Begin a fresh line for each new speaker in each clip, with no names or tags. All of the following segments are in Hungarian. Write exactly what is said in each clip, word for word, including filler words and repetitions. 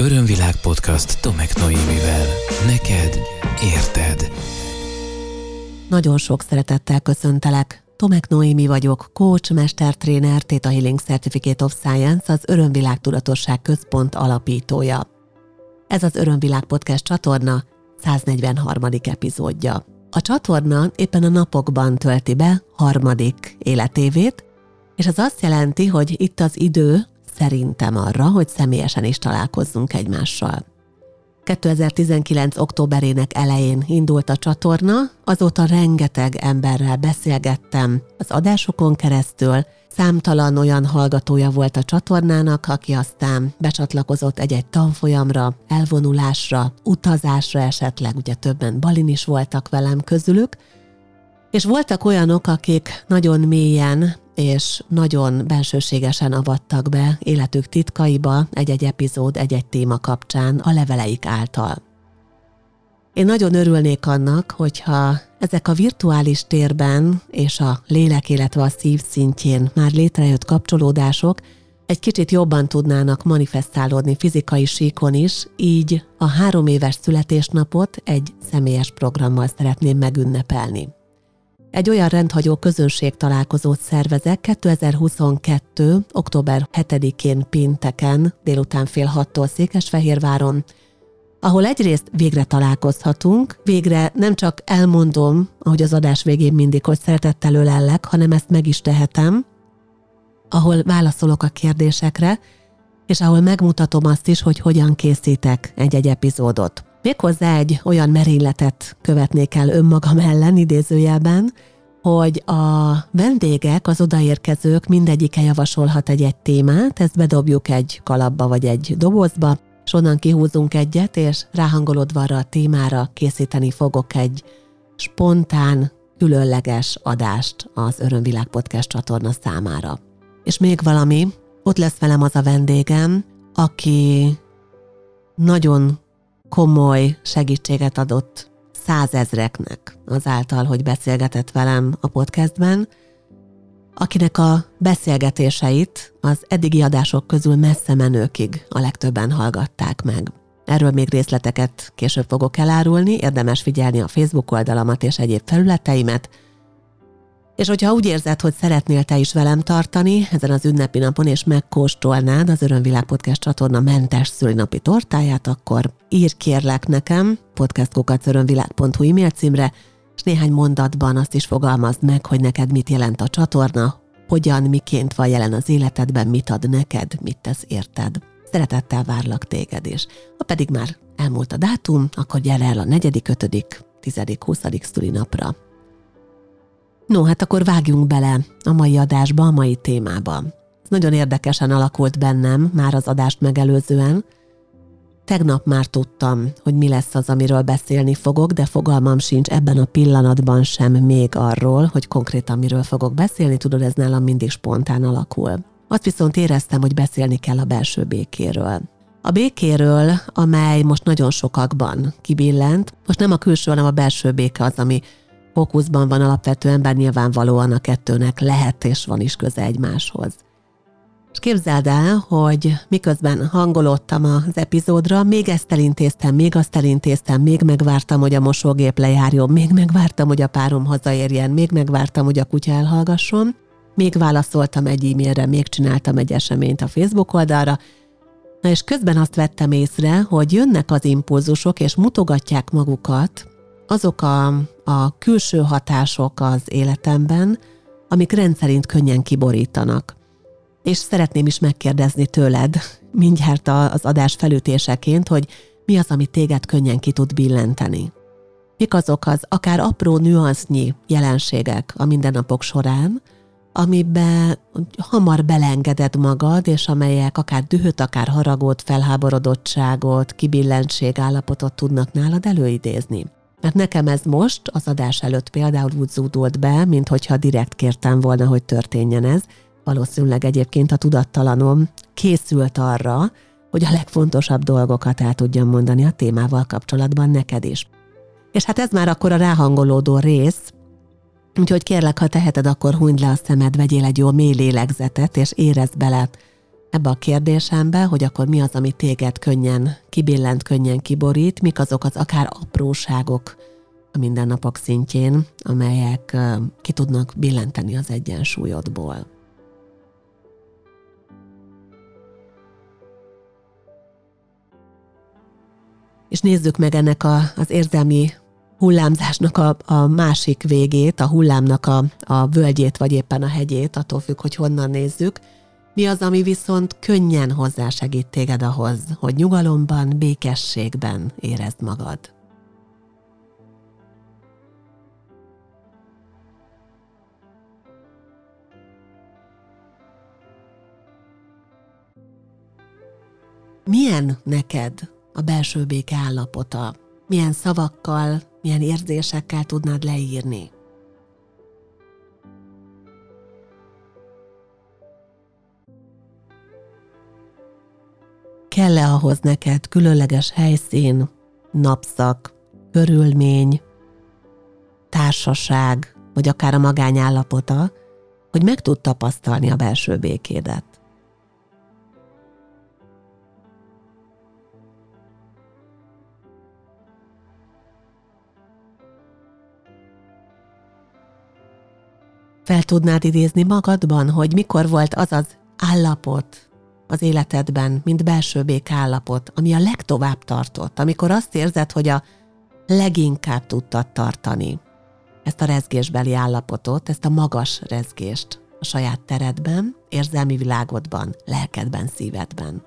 Örömvilág podcast Tomek Noémivel. Neked érted.
Nagyon sok szeretettel köszöntelek. Tomek Noémi vagyok, coach, mestertréner, Theta Healing Certificate of Science, az Örömvilág Tudatosság Központ alapítója. Ez az Örömvilág podcast csatorna száznegyvenharmadik epizódja. A csatorna éppen a napokban tölti be harmadik életévét, és ez azt jelenti, hogy itt az idő szerintem arra, hogy személyesen is találkozzunk egymással. kétezer-tizenkilenc októberének elején indult a csatorna, azóta rengeteg emberrel beszélgettem az adásokon keresztül, számtalan olyan hallgatója volt a csatornának, aki aztán becsatlakozott egy-egy tanfolyamra, elvonulásra, utazásra esetleg, ugye többen Balin is voltak velem közülük, és voltak olyanok, akik nagyon mélyen és nagyon bensőségesen avattak be életük titkaiba egy-egy epizód, egy-egy téma kapcsán a leveleik által. Én nagyon örülnék annak, hogyha ezek a virtuális térben és a lélek, illetve a szív szintjén már létrejött kapcsolódások egy kicsit jobban tudnának manifestálódni fizikai síkon is, így a három éves születésnapot egy személyes programmal szeretném megünnepelni. Egy olyan rendhagyó közönség találkozót szervezek kétezer-huszonkettő. október hetedikén pénteken délután fél hattól Székesfehérváron, ahol egyrészt végre találkozhatunk, végre nem csak elmondom, ahogy az adás végén mindig, hogy szeretettel ölellek, hanem ezt meg is tehetem, ahol válaszolok a kérdésekre, és ahol megmutatom azt is, hogy hogyan készítek egy-egy epizódot. Méghozzá egy olyan merényletet követnék el önmagam ellen, idézőjelben, hogy a vendégek, az odaérkezők mindegyike javasolhat egy-egy témát, ezt bedobjuk egy kalapba vagy egy dobozba, és onnan kihúzunk egyet, és ráhangolódva arra a témára készíteni fogok egy spontán, különleges adást az Örömvilág Podcast csatorna számára. És még valami, ott lesz velem az a vendégem, aki nagyon komoly segítséget adott százezreknek azáltal, hogy beszélgetett velem a podcastben, akinek a beszélgetéseit az eddigi adások közül messze menőkig a legtöbben hallgatták meg. Erről még részleteket később fogok elárulni, érdemes figyelni a Facebook oldalamat és egyéb felületeimet, és hogyha úgy érzed, hogy szeretnél te is velem tartani ezen az ünnepi napon, és megkóstolnád az Örömvilág Podcast csatorna mentes szülinapi tortáját, akkor írj kérlek nekem podcast kukac örömvilág pont hu e-mail címre, és néhány mondatban azt is fogalmazd meg, hogy neked mit jelent a csatorna, hogyan, miként van jelen az életedben, mit ad neked, mit tesz érted. Szeretettel várlak téged is. Ha pedig már elmúlt a dátum, akkor gyere el a negyedik, ötödik, tizedik, huszadik szülinapra. No, hát akkor vágjunk bele a mai adásba, a mai témába. Ez nagyon érdekesen alakult bennem már az adást megelőzően. Tegnap már tudtam, hogy mi lesz az, amiről beszélni fogok, de fogalmam sincs ebben a pillanatban sem még arról, hogy konkrétan miről fogok beszélni, tudod, ez nálam mindig spontán alakul. Azt viszont éreztem, hogy beszélni kell a belső békéről. A békéről, amely most nagyon sokakban kibillent, most nem a külső, hanem a belső béke az, ami fókuszban van alapvetően, bár nyilvánvalóan a kettőnek lehet és van is köze egymáshoz. És képzeld el, hogy miközben hangolódtam az epizódra, még ezt elintéztem, még azt elintéztem, még megvártam, hogy a mosógép lejárjon, még megvártam, hogy a párom hazaérjen, még megvártam, hogy a kutya elhallgasson, még válaszoltam egy e-mailre, még csináltam egy eseményt a Facebook oldalra, na és közben azt vettem észre, hogy jönnek az impulzusok, és mutogatják magukat azok a, a külső hatások az életemben, amik rendszerint könnyen kiborítanak. És szeretném is megkérdezni tőled mindjárt az adás felütéseként, hogy mi az, ami téged könnyen ki tud billenteni. Mik azok az akár apró nüansznyi jelenségek a mindennapok során, amiben hamar belengeded magad, és amelyek akár dühöt, akár haragot, felháborodottságot, kibillentség állapotot tudnak nálad előidézni. Mert nekem ez most, az adás előtt például úgy zúdult be, mint hogyha direkt kértem volna, hogy történjen ez. Valószínűleg egyébként a tudattalanom készült arra, hogy a legfontosabb dolgokat el tudjam mondani a témával kapcsolatban neked is. És hát ez már akkor a ráhangolódó rész, úgyhogy kérlek, ha teheted, akkor hunyd le a szemed, vegyél egy jó mély lélegzetet, és érezd bele ebbe a kérdésembe, hogy akkor mi az, ami téged könnyen kibillent, könnyen kiborít, mik azok az akár apróságok a mindennapok szintjén, amelyek ki tudnak billenteni az egyensúlyodból. És nézzük meg ennek a, az érzelmi hullámzásnak a, a másik végét, a hullámnak a, a völgyét, vagy éppen a hegyét, attól függ, hogy honnan nézzük. Mi az, ami viszont könnyen hozzásegít téged ahhoz, hogy nyugalomban, békességben érezd magad. Milyen neked a belső béke állapota? Milyen szavakkal, milyen érzésekkel tudnád leírni? Kell-e ahhoz neked különleges helyszín, napszak, körülmény, társaság, vagy akár a magányállapota, hogy meg tud tapasztalni a belső békédet? Fel tudnád idézni magadban, hogy mikor volt az az állapot az életedben, mint belső béke állapot, ami a legtovább tartott, amikor azt érzed, hogy a leginkább tudtad tartani ezt a rezgésbeli állapotot, ezt a magas rezgést a saját teredben, érzelmi világodban, lelkedben, szívedben.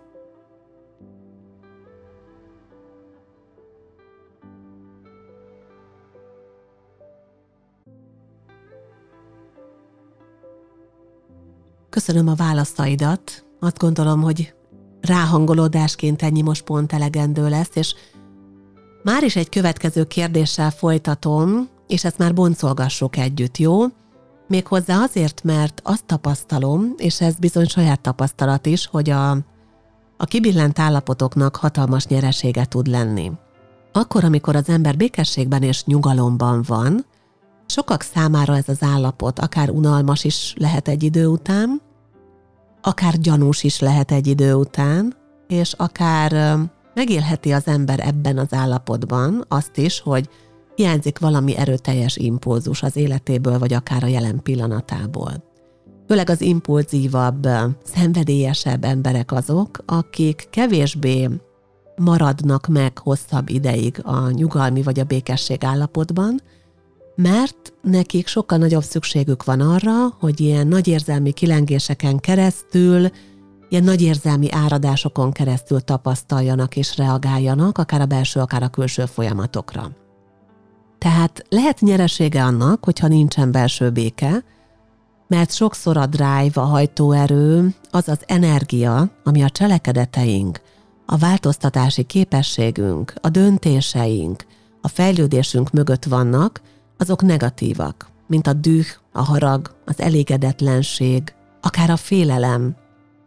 Köszönöm a válaszaidat. Azt gondolom, hogy ráhangolódásként ennyi most pont elegendő lesz, és már is egy következő kérdéssel folytatom, és ezt már boncolgassuk együtt, jó? Méghozzá azért, mert azt tapasztalom, és ez bizony saját tapasztalat is, hogy a, a kibillent állapotoknak hatalmas nyeresége tud lenni. Akkor, amikor az ember békességben és nyugalomban van, sokak számára ez az állapot akár unalmas is lehet egy idő után, akár gyanús is lehet egy idő után, és akár megélheti az ember ebben az állapotban azt is, hogy hiányzik valami erőteljes impulzus az életéből, vagy akár a jelen pillanatából. Főleg az impulzívabb, szenvedélyesebb emberek azok, akik kevésbé maradnak meg hosszabb ideig a nyugalmi vagy a békesség állapotban, mert nekik sokkal nagyobb szükségük van arra, hogy ilyen nagy érzelmi kilengéseken keresztül, ilyen nagy érzelmi áradásokon keresztül tapasztaljanak és reagáljanak, akár a belső, akár a külső folyamatokra. Tehát lehet nyeresége annak, hogyha nincsen belső béke, mert sokszor a drive, a hajtóerő, az az energia, ami a cselekedeteink, a változtatási képességünk, a döntéseink, a fejlődésünk mögött vannak, azok negatívak, mint a düh, a harag, az elégedetlenség, akár a félelem.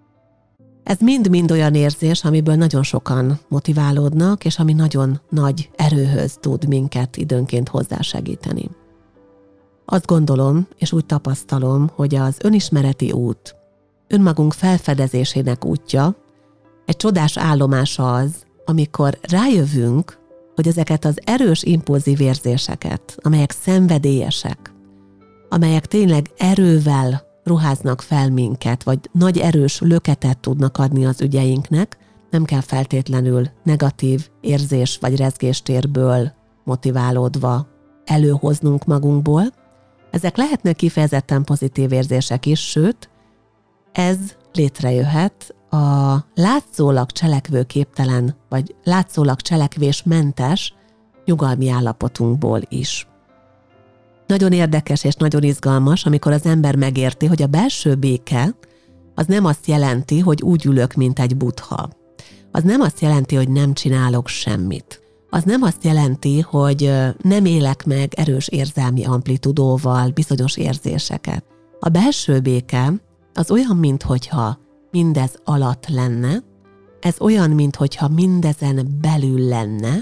Ez mind-mind olyan érzés, amiből nagyon sokan motiválódnak, és ami nagyon nagy erőhöz tud minket időnként hozzásegíteni. Azt gondolom, és úgy tapasztalom, hogy az önismereti út, önmagunk felfedezésének útja, egy csodás állomása az, amikor rájövünk, hogy ezeket az erős impulzív érzéseket, amelyek szenvedélyesek, amelyek tényleg erővel ruháznak fel minket, vagy nagy erős löketet tudnak adni az ügyeinknek, nem kell feltétlenül negatív érzés vagy rezgéstérből motiválódva előhoznunk magunkból. Ezek lehetnek kifejezetten pozitív érzések is, sőt, ez létrejöhet a látszólag cselekvőképtelen, vagy látszólag cselekvésmentes nyugalmi állapotunkból is. Nagyon érdekes és nagyon izgalmas, amikor az ember megérti, hogy a belső béke az nem azt jelenti, hogy úgy ülök, mint egy buddha. Az nem azt jelenti, hogy nem csinálok semmit. Az nem azt jelenti, hogy nem élek meg erős érzelmi amplitudóval bizonyos érzéseket. A belső béke az olyan, minthogyha mindez alatt lenne, ez olyan, minthogyha mindezen belül lenne,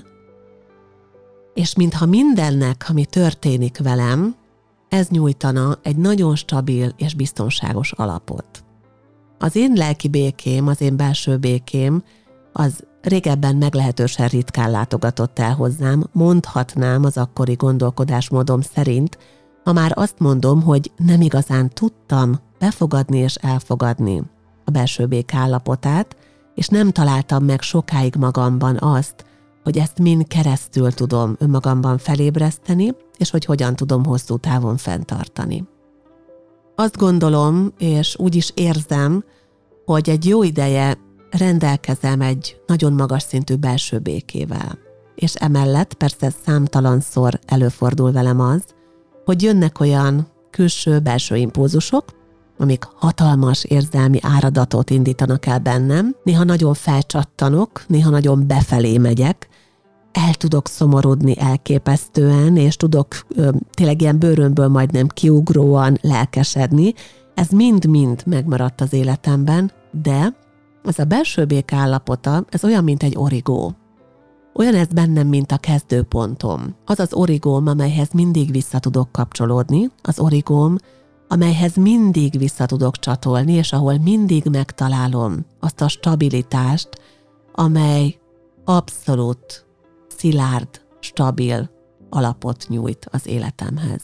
és mintha mindennek, ami történik velem, ez nyújtana egy nagyon stabil és biztonságos alapot. Az én lelki békém, az én belső békém, az régebben meglehetősen ritkán látogatott el hozzám, mondhatnám az akkori gondolkodásmódom szerint, ha már azt mondom, hogy nem igazán tudtam befogadni és elfogadni a belső béke állapotát, és nem találtam meg sokáig magamban azt, hogy ezt mind keresztül tudom önmagamban felébreszteni, és hogy hogyan tudom hosszú távon fenntartani. Azt gondolom, és úgy is érzem, hogy egy jó ideje rendelkezem egy nagyon magas szintű belső békével. És emellett persze számtalanszor előfordul velem az, hogy jönnek olyan külső belső impulzusok, amik hatalmas érzelmi áradatot indítanak el bennem, néha nagyon felcsattanok, néha nagyon befelé megyek, el tudok szomorodni elképesztően, és tudok ö, tényleg ilyen bőrömből majdnem kiugróan lelkesedni. Ez mind-mind megmaradt az életemben, de ez a belső béke állapota, ez olyan, mint egy origó. Olyan ez bennem, mint a kezdőpontom. Az az origóm, amelyhez mindig vissza tudok kapcsolódni, az origóm, amelyhez mindig vissza tudok csatolni, és ahol mindig megtalálom azt a stabilitást, amely abszolút szilárd, stabil alapot nyújt az életemhez.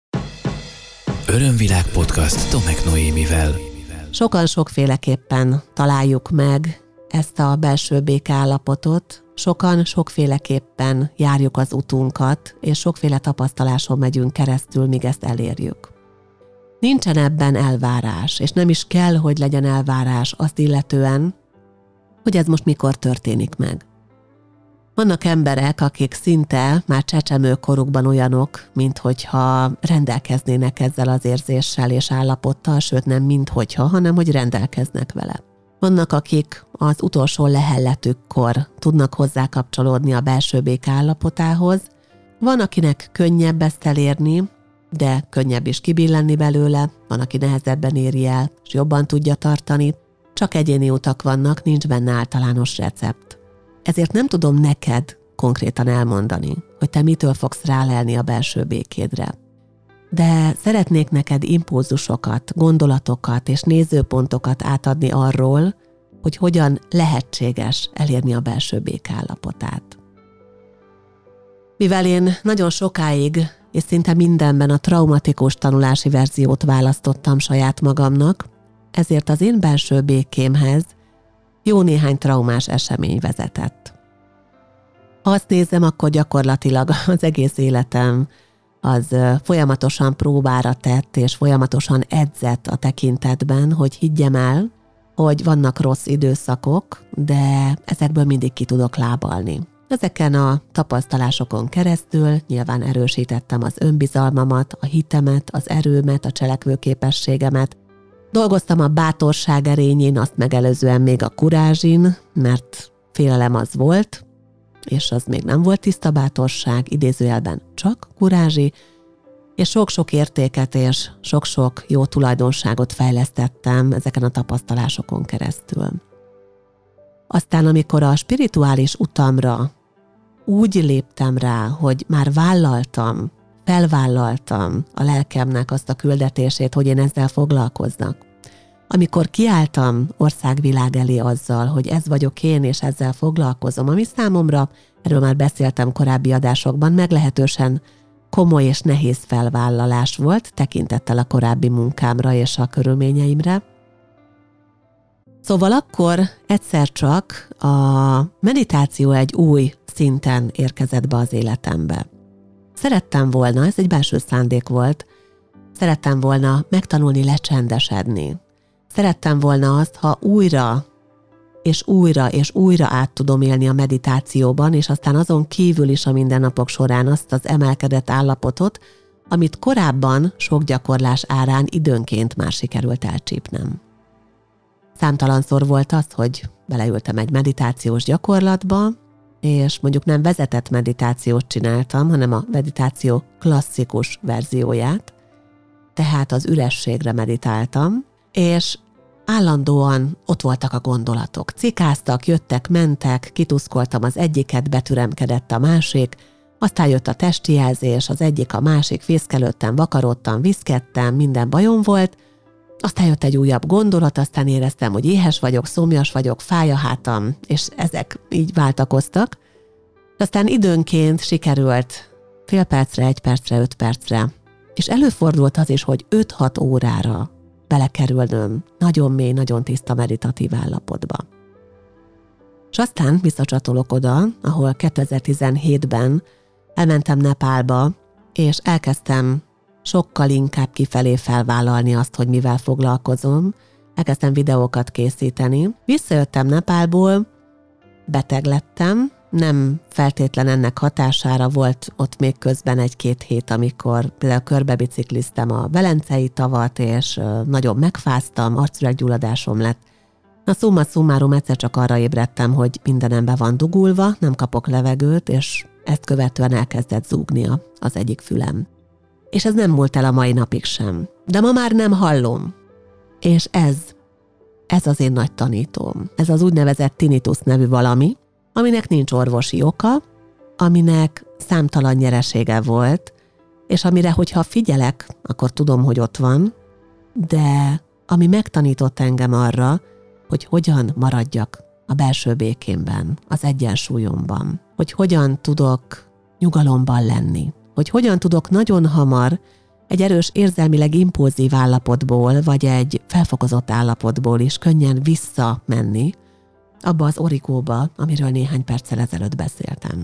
Örömvilág podcast Tomek Noémivel.
Sokan sokféleképpen találjuk meg ezt a belső béke állapotot, sokan sokféleképpen járjuk az utunkat, és sokféle tapasztaláson megyünk keresztül, míg ezt elérjük. Nincsen ebben elvárás, és nem is kell, hogy legyen elvárás azt illetően, hogy ez most mikor történik meg. Vannak emberek, akik szinte már csecsemőkorukban olyanok, minthogyha rendelkeznének ezzel az érzéssel és állapottal, sőt nem minthogyha, hanem hogy rendelkeznek vele. Vannak, akik az utolsó lehelletükkor tudnak hozzá kapcsolódni a belső béke állapotához, van, akinek könnyebb ezt elérni, de könnyebb is kibillenni belőle, van, aki nehezebben éri el, és jobban tudja tartani, csak egyéni utak vannak, nincs benne általános recept. Ezért nem tudom neked konkrétan elmondani, hogy te mitől fogsz rálelni a belső békédre. De szeretnék neked impulzusokat, gondolatokat és nézőpontokat átadni arról, hogy hogyan lehetséges elérni a belső béke állapotát. Mivel én nagyon sokáig és szinte mindenben a traumatikus tanulási verziót választottam saját magamnak, ezért az én belső békémhez jó néhány traumás esemény vezetett. Ha azt nézem, akkor gyakorlatilag az egész életem az folyamatosan próbára tett, és folyamatosan edzett a tekintetben, hogy higgyem el, hogy vannak rossz időszakok, de ezekből mindig ki tudok lábalni. Ezeken a tapasztalásokon keresztül nyilván erősítettem az önbizalmamat, a hitemet, az erőmet, a cselekvőképességemet. Dolgoztam a bátorság erényén, azt megelőzően még a kurázsin, mert félelem az volt, és az még nem volt tiszta bátorság, idézőjelben csak kurázsi, és sok-sok értéket és sok-sok jó tulajdonságot fejlesztettem ezeken a tapasztalásokon keresztül. Aztán, amikor a spirituális utamra úgy léptem rá, hogy már vállaltam, felvállaltam a lelkemnek azt a küldetését, hogy én ezzel foglalkozzak. Amikor kiálltam országvilág elé azzal, hogy ez vagyok én, és ezzel foglalkozom, ami számomra, erről már beszéltem korábbi adásokban, meglehetősen komoly és nehéz felvállalás volt, tekintettel a korábbi munkámra és a körülményeimre. Szóval akkor egyszer csak a meditáció egy új szinten érkezett be az életembe. Szerettem volna, ez egy belső szándék volt, szerettem volna megtanulni lecsendesedni. Szerettem volna azt, ha újra és újra és újra át tudom élni a meditációban, és aztán azon kívül is a mindennapok során azt az emelkedett állapotot, amit korábban sok gyakorlás árán időnként már sikerült elcsípnem. Számtalanszor volt az, hogy beleültem egy meditációs gyakorlatba, és mondjuk nem vezetett meditációt csináltam, hanem a meditáció klasszikus verzióját, tehát az ürességre meditáltam, és állandóan ott voltak a gondolatok. Cikáztak, jöttek, mentek, kituszkoltam az egyiket, betüremkedett a másik, aztán jött a testi jelzés, az egyik a másik, fészkelődtem, vakarodtam, viszkedtem, minden bajom volt, Aztán jött egy újabb gondolat, aztán éreztem, hogy éhes vagyok, szomjas vagyok, fáj a hátam, és ezek így váltakoztak. Aztán időnként sikerült fél percre, egy percre, öt percre, és előfordult az is, hogy öt-hat órára belekerülnöm nagyon mély, nagyon tiszta meditatív állapotba. És aztán visszacsatolok oda, ahol kétezer-tizenhétben elmentem Nepálba, és elkezdtem sokkal inkább kifelé felvállalni azt, hogy mivel foglalkozom. Elkezdtem videókat készíteni. Visszajöttem Nepálból, beteg lettem, nem feltétlen ennek hatására, volt ott még közben egy-két hét, amikor például körbebicikliztem a Velencei tavat, és nagyon megfáztam, arcüreggyulladásom lett. A summa summarum egyszer csak arra ébredtem, hogy mindenembe van dugulva, nem kapok levegőt, és ezt követően elkezdett zúgni az egyik fülem. És ez nem múlt el a mai napig sem. De ma már nem hallom. És ez, ez az én nagy tanítóm. Ez az úgynevezett tinnitus nevű valami, aminek nincs orvosi oka, aminek számtalan nyeresége volt, és amire, hogyha figyelek, akkor tudom, hogy ott van, de ami megtanított engem arra, hogy hogyan maradjak a belső békémben, az egyensúlyomban, hogy hogyan tudok nyugalomban lenni, hogy hogyan tudok nagyon hamar egy erős érzelmileg impulzív állapotból, vagy egy felfokozott állapotból is könnyen visszamenni abba az origóba, amiről néhány perccel ezelőtt beszéltem.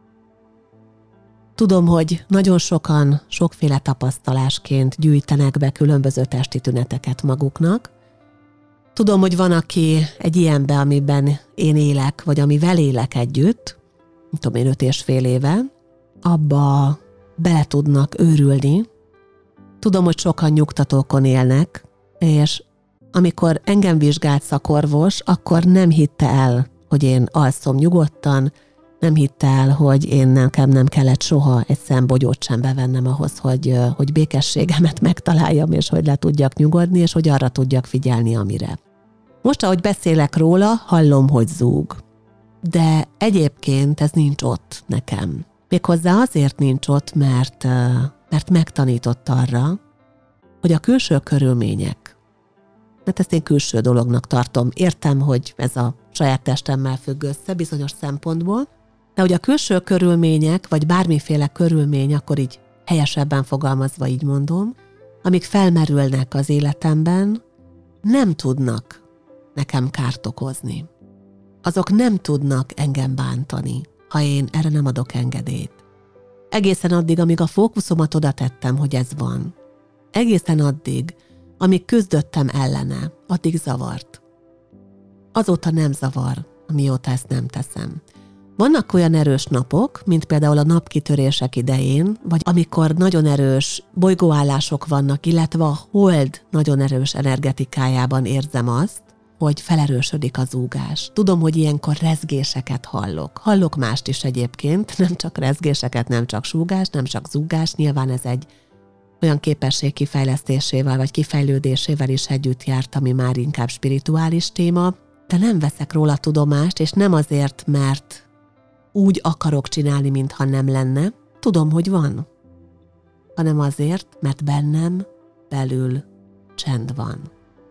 Tudom, hogy nagyon sokan sokféle tapasztalásként gyűjtenek be különböző testi tüneteket maguknak. Tudom, hogy van, aki egy ilyenbe, amiben én élek, vagy amivel élek együtt, tudom én öt és fél éve, abba bele tudnak őrülni. Tudom, hogy sokan nyugtatókon élnek, és amikor engem vizsgált szakorvos, akkor nem hitte el, hogy én alszom nyugodtan, nem hitte el, hogy én nekem nem kellett soha egy szembogyót sem bevennem ahhoz, hogy, hogy békességemet megtaláljam, és hogy le tudjak nyugodni, és hogy arra tudjak figyelni, amire. Most, ahogy beszélek róla, hallom, hogy zúg. De egyébként ez nincs ott nekem. Méghozzá azért nincs ott, mert, mert megtanított arra, hogy a külső körülmények, mert ezt én külső dolognak tartom, értem, hogy ez a saját testemmel függ össze bizonyos szempontból, de hogy a külső körülmények, vagy bármiféle körülmény, akkor így helyesebben fogalmazva így mondom, amik felmerülnek az életemben, nem tudnak nekem kárt okozni. Azok nem tudnak engem bántani, ha én erre nem adok engedélyt. Egészen addig, amíg a fókuszomat oda tettem, hogy ez van. Egészen addig, amíg küzdöttem ellene, addig zavart. Azóta nem zavar, amióta ezt nem teszem. Vannak olyan erős napok, mint például a napkitörések idején, vagy amikor nagyon erős bolygóállások vannak, illetve a hold nagyon erős energetikájában érzem azt, hogy felerősödik a zúgás. Tudom, hogy ilyenkor rezgéseket hallok. Hallok mást is egyébként, nem csak rezgéseket, nem csak súgás, nem csak zúgás, nyilván ez egy olyan képesség kifejlesztésével vagy kifejlődésével is együtt járt, ami már inkább spirituális téma, de nem veszek róla tudomást, és nem azért, mert úgy akarok csinálni, mintha nem lenne, tudom, hogy van, hanem azért, mert bennem belül csend van.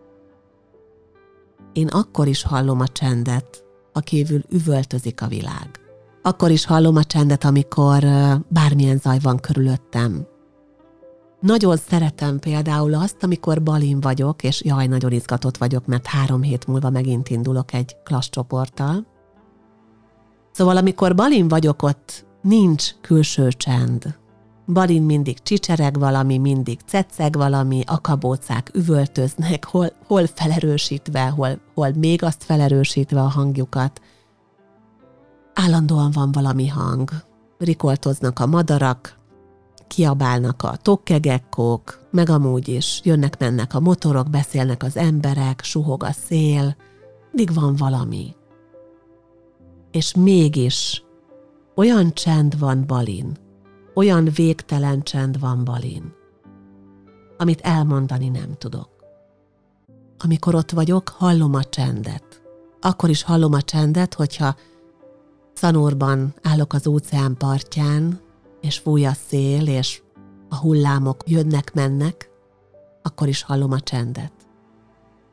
Én akkor is hallom a csendet, ha kívül üvöltözik a világ. Akkor is hallom a csendet, amikor bármilyen zaj van körülöttem. Nagyon szeretem például azt, amikor Balin vagyok, és jaj, nagyon izgatott vagyok, mert három hét múlva megint indulok egy klassz csoporttal. Szóval amikor Balin vagyok, ott nincs külső csend. Balin mindig csicsereg valami, mindig ceceg valami, akabócák üvöltöznek, hol, hol felerősítve, hol, hol még azt felerősítve a hangjukat. Állandóan van valami hang. Rikoltoznak a madarak, kiabálnak a tokkegekkók, meg amúgy is jönnek-mennek a motorok, beszélnek az emberek, suhog a szél, mindig van valami. És mégis olyan csend van Balin, olyan végtelen csend van Balin, amit elmondani nem tudok. Amikor ott vagyok, hallom a csendet. Akkor is hallom a csendet, hogyha Szanurban állok az óceán partján, és fúj a szél, és a hullámok jönnek-mennek, akkor is hallom a csendet.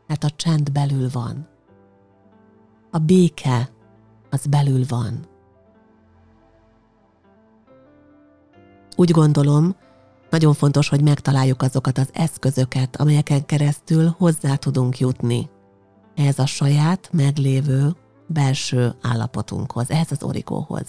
mert a csend belül van. A béke az belül van. Úgy gondolom, nagyon fontos, hogy megtaláljuk azokat az eszközöket, amelyeken keresztül hozzá tudunk jutni ehhez a saját, meglévő belső állapotunkhoz, ehhez az origóhoz.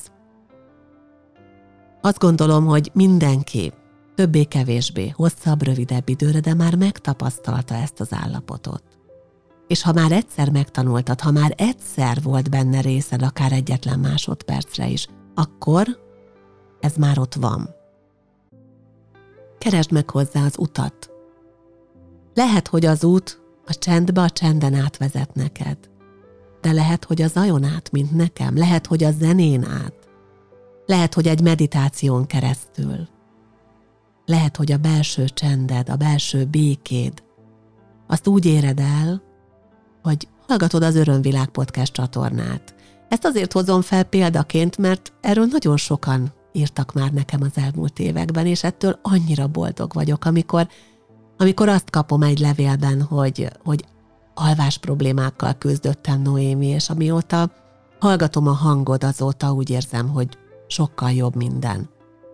Azt gondolom, hogy mindenki többé-kevésbé, hosszabb, rövidebb időre, de már megtapasztalta ezt az állapotot. És ha már egyszer megtanultad, ha már egyszer volt benne részed, akár egyetlen másodpercre is, akkor ez már ott van. Keresd meg hozzá az utat. Lehet, hogy az út a csendbe, a csenden átvezet neked. De lehet, hogy a zajon át, mint nekem. Lehet, hogy a zenén át. Lehet, hogy egy meditáción keresztül. Lehet, hogy a belső csended, a belső békéd, azt úgy éred el, hogy hallgatod az Örömvilág podcast csatornát. Ezt azért hozom fel példaként, mert erről nagyon sokan írtak már nekem az elmúlt években, és ettől annyira boldog vagyok, amikor, amikor azt kapom egy levélben, hogy, hogy alvás problémákkal küzdöttem, Noémi, és amióta hallgatom a hangod, azóta úgy érzem, hogy sokkal jobb minden.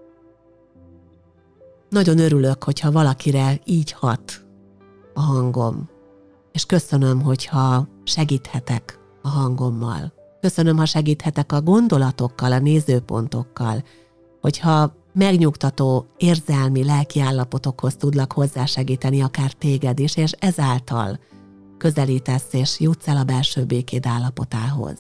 Nagyon örülök, hogyha valakire így hat a hangom, és köszönöm, hogyha segíthetek a hangommal. Köszönöm, ha segíthetek a gondolatokkal, a nézőpontokkal, hogyha megnyugtató érzelmi, lelki állapotokhoz tudlak hozzásegíteni akár téged is, és ezáltal közelítesz és jutsz el a belső békéd állapotához.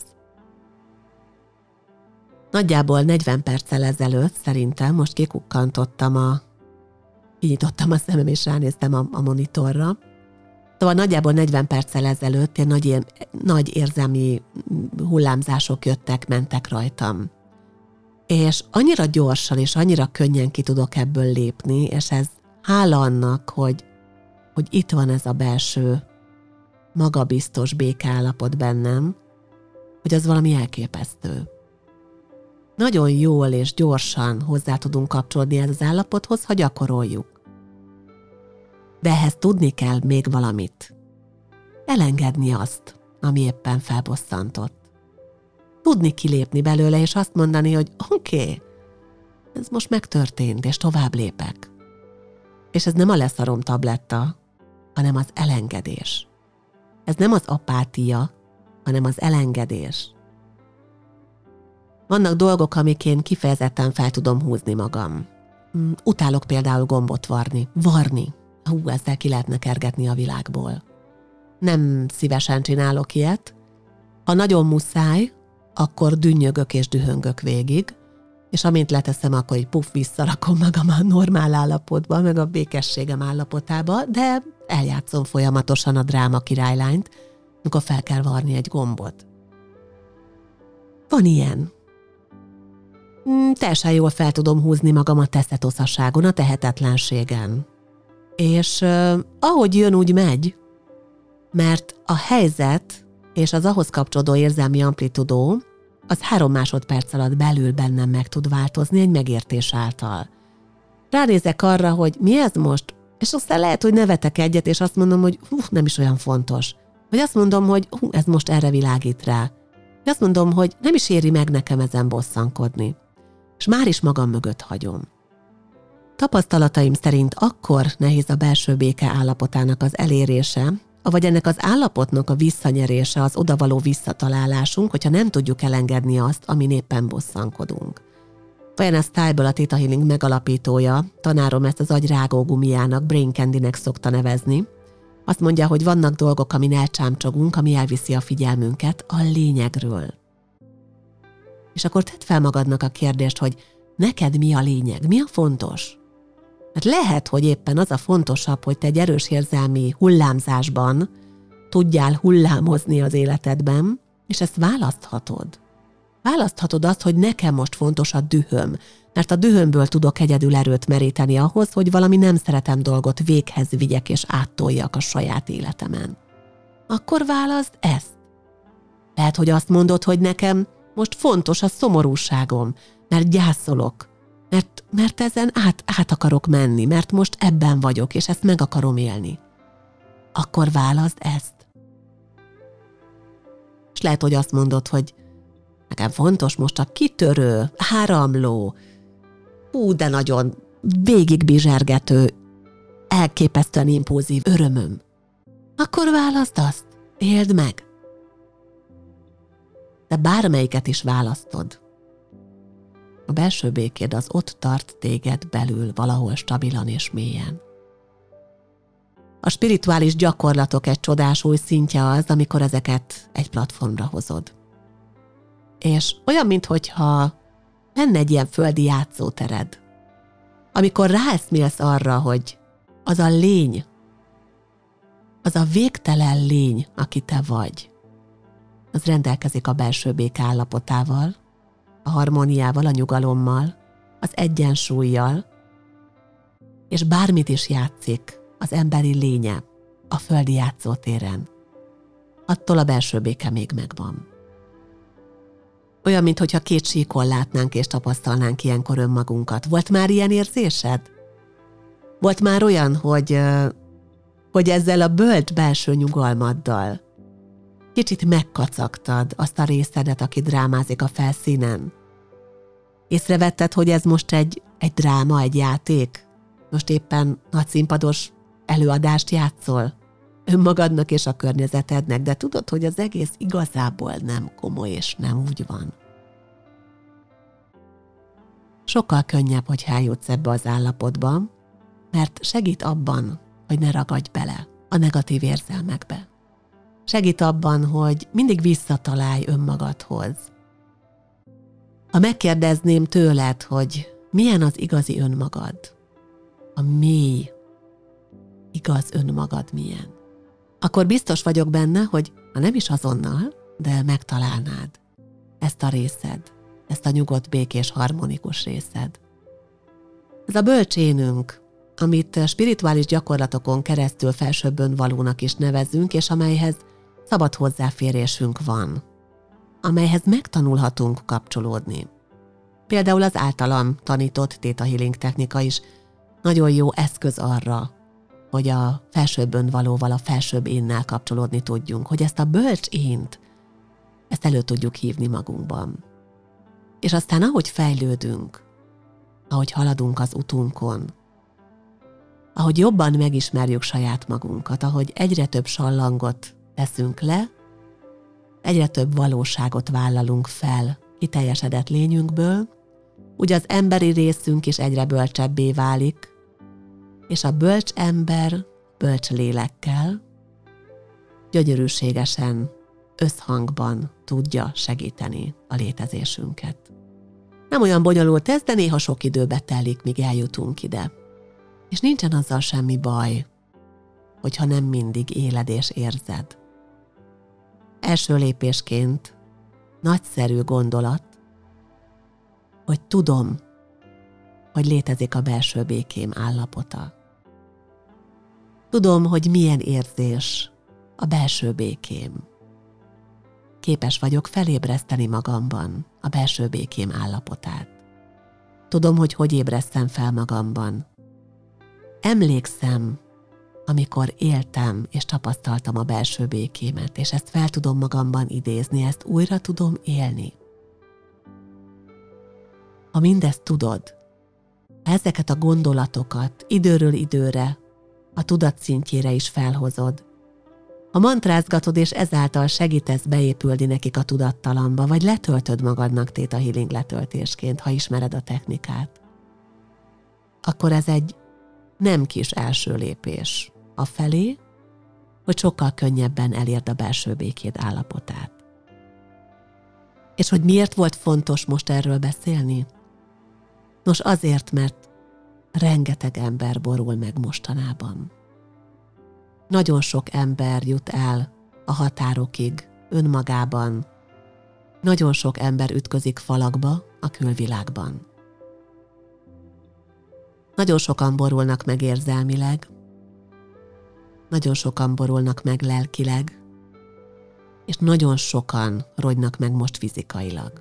Nagyjából negyven perccel ezelőtt szerintem most kikukkantottam a kinyitottam a szemem és ránéztem a, a monitorra. Szóval nagyjából negyven perccel ezelőtt ilyen nagy, ilyen, nagy érzelmi hullámzások jöttek, mentek rajtam. És annyira gyorsan és annyira könnyen ki tudok ebből lépni, és ez hála annak, hogy, hogy itt van ez a belső, magabiztos békeállapot bennem, hogy az valami elképesztő. Nagyon jól és gyorsan hozzá tudunk kapcsolódni ez az állapothoz, ha gyakoroljuk. De ehhez tudni kell még valamit. Elengedni azt, ami éppen felbosszantott. Tudni kilépni belőle, és azt mondani, hogy oké, okay, ez most megtörtént, és tovább lépek. És ez nem a leszarom tabletta, hanem az elengedés. Ez nem az apátia, hanem az elengedés. Vannak dolgok, amik én kifejezetten fel tudom húzni magam. Utálok például gombot varni. Varni. Hú, ezzel ki lehetne kergetni a világból. Nem szívesen csinálok ilyet. Ha nagyon muszáj, akkor dünnyögök és dühöngök végig, és amint leteszem, akkor így puff, visszarakom magam a normál állapotba, meg a békességem állapotába, de eljátszom folyamatosan a dráma királylányt, amikor fel kell varni egy gombot. Van ilyen. Teljesen jól fel tudom húzni magam a teszetoszaságon, a tehetetlenségen. És uh, ahogy jön, úgy megy, mert a helyzet és az ahhoz kapcsolódó érzelmi amplitudó az három másodperc alatt belül bennem meg tud változni egy megértés által. Ránézek arra, hogy mi ez most, és aztán lehet, hogy nevetek egyet, és azt mondom, hogy hú, nem is olyan fontos. Vagy azt mondom, hogy hú, ez most erre világít rá. Vagy azt mondom, hogy nem is éri meg nekem ezen bosszankodni. És már is magam mögött hagyom. Tapasztalataim szerint akkor nehéz a belső béke állapotának az elérése, vagy ennek az állapotnak a visszanyerése, az odavaló visszatalálásunk, hogyha nem tudjuk elengedni azt, amin éppen bosszankodunk. Diana Stiebel, a Theta Healing megalapítója, tanárom ezt az agy rágógumijának, brain candynek szokta nevezni. Azt mondja, hogy vannak dolgok, amin elcsámcsogunk, ami elviszi a figyelmünket a lényegről. És akkor tedd fel magadnak a kérdést, hogy neked mi a lényeg, mi a fontos? Mert lehet, hogy éppen az a fontosabb, hogy te egy erős érzelmi hullámzásban tudjál hullámozni az életedben, és ezt választhatod. Választhatod azt, hogy nekem most fontos a dühöm, mert a dühömből tudok egyedül erőt meríteni ahhoz, hogy valami nem szeretem dolgot véghez vigyek és áttoljak a saját életemen. Akkor válaszd ezt. Lehet, hogy azt mondod, hogy nekem most fontos a szomorúságom, mert gyászolok, mert, mert ezen át, át akarok menni, mert most ebben vagyok, és ezt meg akarom élni. Akkor válaszd ezt. Most lehet, hogy azt mondod, hogy nekem fontos most a kitörő, áramló, hú, de nagyon végigbizsergető, elképesztően impulzív örömöm. Akkor válaszd azt, éld meg. De bármelyiket is választod, a belső békéd az ott tart téged belül valahol stabilan és mélyen. A spirituális gyakorlatok egy csodás új szintje az, amikor ezeket egy platformra hozod. És olyan, minthogyha lenne egy ilyen földi játszótered, amikor ráeszmélsz arra, hogy az a lény, az a végtelen lény, aki te vagy, az rendelkezik a belső béke állapotával, a harmóniával, a nyugalommal, az egyensúllyal, és bármit is játszik az emberi lénye a földi játszótéren, attól a belső béke még megvan. Olyan, mintha két síkon látnánk és tapasztalnánk ilyenkor önmagunkat. Volt már ilyen érzésed? Volt már olyan, hogy, hogy ezzel a bölcs belső nyugalmaddal kicsit megkacagtad azt a részedet, aki drámázik a felszínen? Észrevetted, hogy ez most egy, egy dráma, egy játék? Most éppen nagyszínpados előadást játszol? Önmagadnak és a környezetednek, de tudod, hogy az egész igazából nem komoly és nem úgy van. Sokkal könnyebb, hogy eljutsz ebbe az állapotba, mert segít abban, hogy ne ragadj bele a negatív érzelmekbe. Segít abban, hogy mindig visszatalálj önmagadhoz. Ha megkérdezném tőled, hogy milyen az igazi önmagad, a mély, igaz önmagad milyen, akkor biztos vagyok benne, hogy ha nem is azonnal, de megtalálnád ezt a részed, ezt a nyugodt, békés, harmonikus részed. Ez a bölcsénünk, amit spirituális gyakorlatokon keresztül felsőbb önvalónak is nevezünk, és amelyhez szabad hozzáférésünk van, amelyhez megtanulhatunk kapcsolódni. Például az általam tanított Theta Healing technika is nagyon jó eszköz arra, hogy a felsőbb önvalóval, a felsőbb énnel kapcsolódni tudjunk, hogy ezt a bölcs ént, ezt elő tudjuk hívni magunkban. És aztán ahogy fejlődünk, ahogy haladunk az utunkon, ahogy jobban megismerjük saját magunkat, ahogy egyre több sallangot teszünk le, egyre több valóságot vállalunk fel kiteljesedett lényünkből, úgy az emberi részünk is egyre bölcsebbé válik, és a bölcs ember bölcs lélekkel gyönyörűségesen, összhangban tudja segíteni a létezésünket. Nem olyan bonyolult ez, de néha sok időbe telik, míg eljutunk ide. És nincsen azzal semmi baj, hogyha nem mindig éled és érzed. Első lépésként nagyszerű gondolat, hogy tudom, hogy létezik a belső békém állapota. Tudom, hogy milyen érzés a belső békém. Képes vagyok felébreszteni magamban a belső békém állapotát. Tudom, hogy hogy ébresztem fel magamban. Emlékszem, amikor éltem és tapasztaltam a belső békémet, és ezt fel tudom magamban idézni, ezt újra tudom élni. Ha mindezt tudod, ezeket a gondolatokat időről időre a tudat szintjére is felhozod, ha mantrázgatod és ezáltal segítesz beépülni nekik a tudattalanba, vagy letöltöd magadnak Theta Healing letöltésként, ha ismered a technikát, akkor ez egy nem kis első lépés afelé, hogy sokkal könnyebben elérd a belső békéd állapotát. És hogy miért volt fontos most erről beszélni? Nos, azért, mert rengeteg ember borul meg mostanában. Nagyon sok ember jut el a határokig önmagában. Nagyon sok ember ütközik falakba a külvilágban. Nagyon sokan borulnak meg érzelmileg, nagyon sokan borulnak meg lelkileg, és nagyon sokan rogynak meg most fizikailag.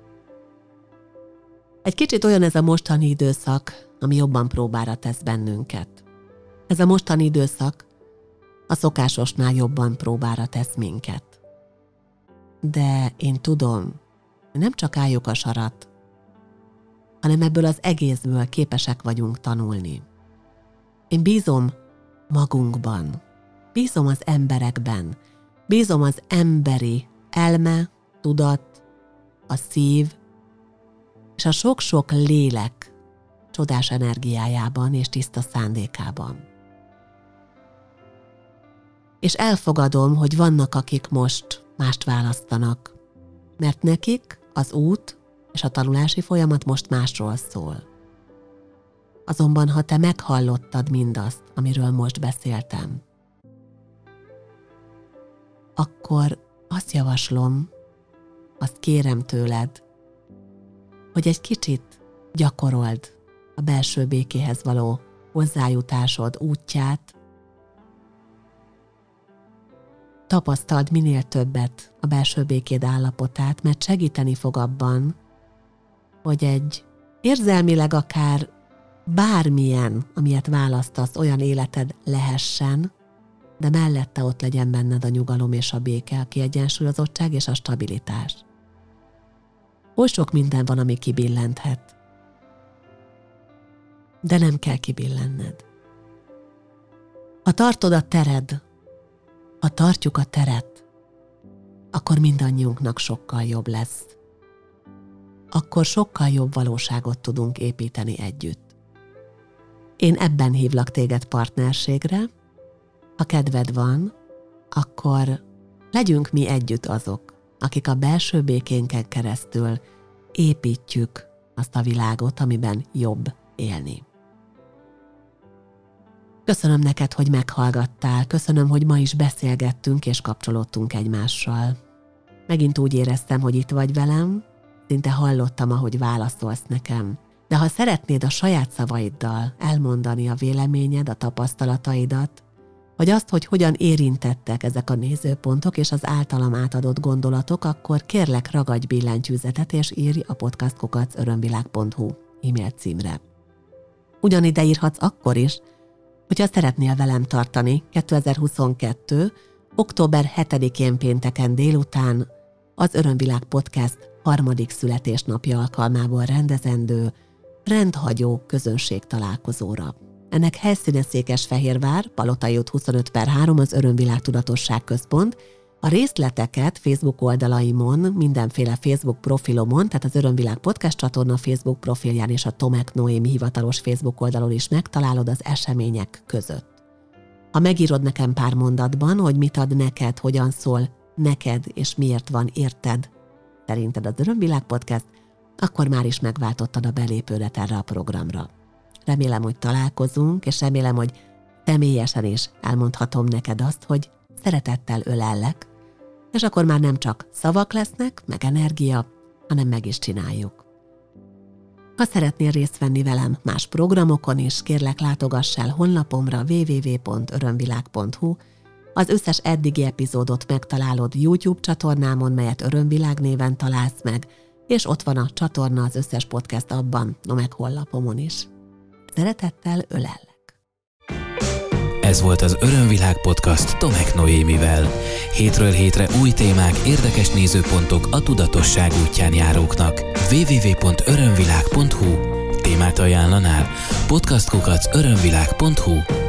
Egy kicsit olyan ez a mostani időszak, ami jobban próbára tesz bennünket. Ez a mostani időszak a szokásosnál jobban próbára tesz minket. de én tudom, hogy nem csak álljuk a sarat, hanem ebből az egészből képesek vagyunk tanulni. Én bízom magunkban, bízom az emberekben, bízom az emberi elme, tudat, a szív és a sok-sok lélek csodás energiájában és tiszta szándékában. És elfogadom, hogy vannak, akik most mást választanak, mert nekik az út és a tanulási folyamat most másról szól. Azonban, ha te meghallottad mindazt, amiről most beszéltem, akkor azt javaslom, azt kérem tőled, hogy egy kicsit gyakorold a belső békéhez való hozzájutásod útját, tapasztald minél többet a belső békéd állapotát, mert segíteni fog abban, hogy egy érzelmileg akár bármilyen, amilyet választasz, olyan életed lehessen, de mellette ott legyen benned a nyugalom és a béke, a kiegyensúlyozottság és a stabilitás. Oly sok minden van, ami kibillenthet. De nem kell kibillenned. Ha tartod a tered, ha tartjuk a teret, akkor mindannyiunknak sokkal jobb lesz. Akkor sokkal jobb valóságot tudunk építeni együtt. Én ebben hívlak téged partnerségre. Ha kedved van, akkor legyünk mi együtt azok, akik a belső békénken keresztül építjük azt a világot, amiben jobb élni. Köszönöm neked, hogy meghallgattál, köszönöm, hogy ma is beszélgettünk és kapcsolódtunk egymással. Megint úgy éreztem, hogy itt vagy velem, szinte hallottam, ahogy válaszolsz nekem. De ha szeretnéd a saját szavaiddal elmondani a véleményed, a tapasztalataidat, vagy azt, hogy hogyan érintettek ezek a nézőpontok és az általam átadott gondolatok, akkor kérlek, ragadj billentyűzetet és írj a podcast kukac örömvilág pont hu e-mail címre. Ugyanide írhatsz akkor is, hogyha szeretnél velem tartani kétezer-huszonkettő. október hetedikén pénteken délután az Örömvilág Podcast harmadik születésnapja alkalmából rendezendő rendhagyó közönség találkozóra. Ennek helyszíne Székesfehérvár, Palotai út huszonöt per három, az Örömvilág Tudatosság Központ. A részleteket Facebook oldalaimon, mindenféle Facebook profilomon, tehát az Örömvilág Podcast csatorna Facebook profilján és a Tomek Noémi hivatalos Facebook oldalon is megtalálod az események között. Ha megírod nekem pár mondatban, hogy mit ad neked, hogyan szól neked és miért van érted szerinted az Örömvilág Podcast, akkor már is megváltottad a belépődet erre a programra. Remélem, hogy találkozunk, és remélem, hogy személyesen is elmondhatom neked azt, hogy szeretettel ölellek, és akkor már nem csak szavak lesznek, meg energia, hanem meg is csináljuk. Ha szeretnél részt venni velem más programokon is, kérlek látogass el honlapomra double-u double-u double-u pont örömvilág pont hu. Az összes eddigi epizódot megtalálod YouTube csatornámon, melyet Örömvilág néven találsz meg, és ott van a csatorna az összes podcast abban, no meg honlapomon is. Szeretettel ölellek.
Ez volt az Örömvilág Podcast Tomek Noémivel. Hétről hétre új témák, érdekes nézőpontok a tudatosság útján járóknak. double-u double-u double-u pont örömvilág pont hu. Témát ajánlanál? podcast kukac örömvilág pont hu.